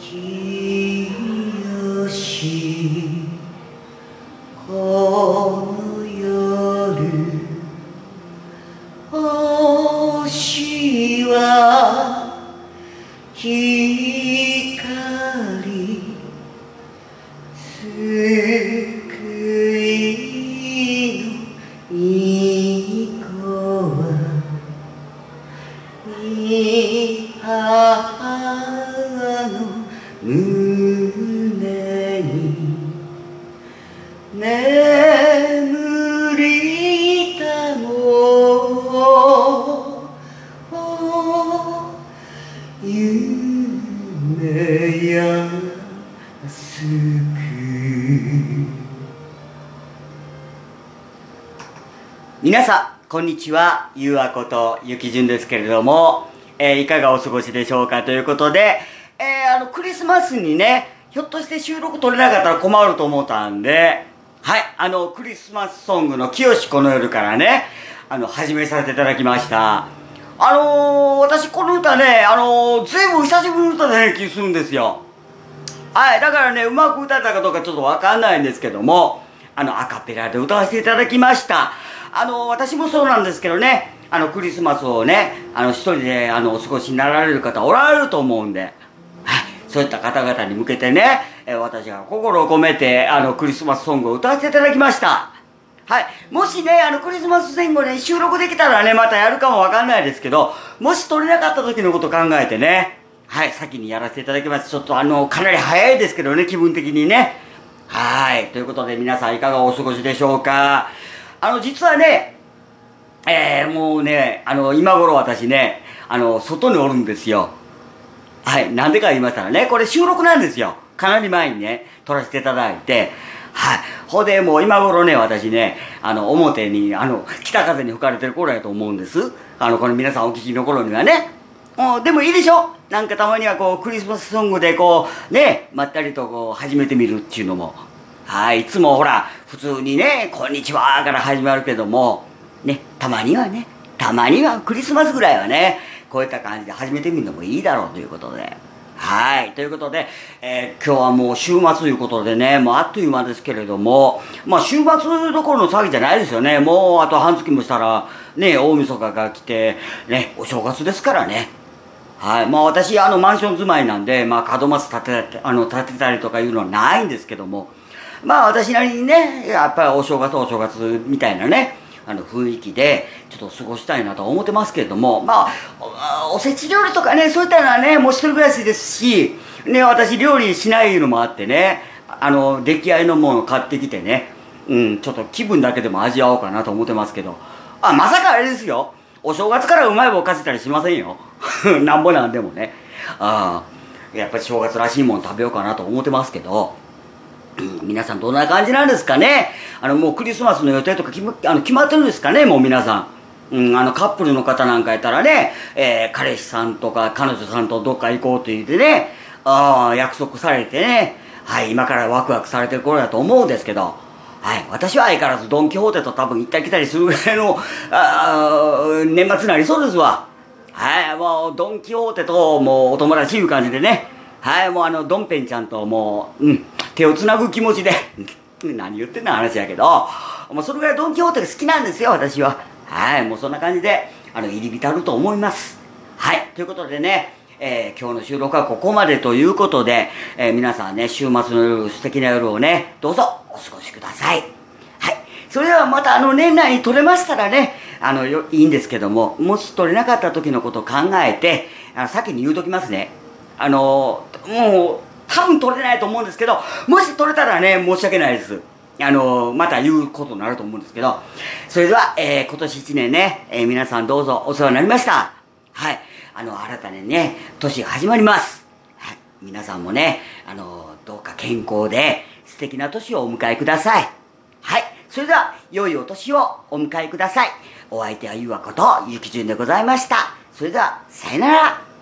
よしこの夜星は光救いの御子は御母の胸に眠りたも夢やすく皆さんこんにちは、ゆうあことゆきじゅんですけれども、いかがお過ごしでしょうかということで、クリスマスにね、ひょっとして収録撮れなかったら困ると思ったんで、はい、クリスマスソングの清しこの夜からね、始めさせていただきました。私この歌ね、ずいぶん久しぶりの歌だね気するんですよ。はい、だからね、うまく歌ったかどうかちょっとわかんないんですけども、アカペラで歌わせていただきました。私もそうなんですけどね、クリスマスをね、一人で、お過ごしになられる方おられると思うんで、はい、そういった方々に向けてね、私が心を込めて、クリスマスソングを歌わせていただきました。はい。もしね、クリスマス前後ね、収録できたらね、またやるかもわかんないですけど、もし撮れなかった時のことを考えてね、はい、先にやらせていただきます。ちょっとかなり早いですけどね、気分的にね。はい。ということで皆さんいかがお過ごしでしょうか。実はね、もうね、今頃私ね、外におるんですよ。はい。なんでか言いましたらね、これ収録なんですよ。かなり前にね、撮らせていただいて、はい。ほで、もう今頃ね、私ね、表に、北風に吹かれてる頃やと思うんです。この皆さんお聞きの頃にはね。でもいいでしょ？なんかたまにはこう、クリスマスソングでこう、ね、まったりとこう、始めてみるっていうのも。はい。いつもほら、普通にね、こんにちはから始まるけども、ね、たまにはクリスマスぐらいはね、こういった感じで始めてみるのもいいだろうということで。はい。ということで、今日はもう週末ということでね、もうあっという間ですけれども、まあ週末どころの騒ぎじゃないですよね。もうあと半月もしたら、ね、大晦日が来て、ね、お正月ですからね。はい。まあ私、マンション住まいなんで、まあ門松建てたりとかいうのはないんですけども、まあ私なりにね、やっぱりお正月みたいなね、雰囲気でちょっと過ごしたいなとは思ってますけれども、まあおせち料理とかね、そういったのはね、もう一人暮らしですしね、私料理しないのもあってね、出来合いのものを買ってきてね、ちょっと気分だけでも味わおうかなと思ってますけど、まさかあれですよ、お正月からうまい棒かせたりしませんよなんぼなんでもね、やっぱり正月らしいもの食べようかなと思ってますけど、皆さんどんな感じなんですかね。もうクリスマスの予定とか決まってるんですかね、もう皆さん。カップルの方なんかやったらね、彼氏さんとか彼女さんとどっか行こうと言ってね、約束されてね、はい、今からワクワクされてる頃だと思うんですけど、はい、私は相変わらずドン・キホーテと多分行ったり来たりするぐらいの、年末になりそうですわ。はい、もうドン・キホーテともうお友達いう感じでね、はい、もうドンペンちゃんともう、手をつなぐ気持ちで何言ってんの話やけど、もうそれぐらいドン・キホーテが好きなんですよ、私は。はい、もうそんな感じで、入り浸ると思います。はい、ということでね、今日の収録はここまでということで、皆さんね、週末の夜、素敵な夜をね、どうぞお過ごしください。はい、それではまた年内に撮れましたらね、いいんですけども、もし撮れなかった時のことを考えて、先に言うときますね。もう、多分取れないと思うんですけど、もし取れたらね、申し訳ないです。また言うことになると思うんですけど、それでは、今年1年ね、皆さんどうぞお世話になりました。はい。新たにね、年が始まります。はい。皆さんもね、どうか健康で素敵な年をお迎えください。はい。それでは、良いお年をお迎えください。お相手はゆうわことゆきじゅんでございました。それでは、さよなら。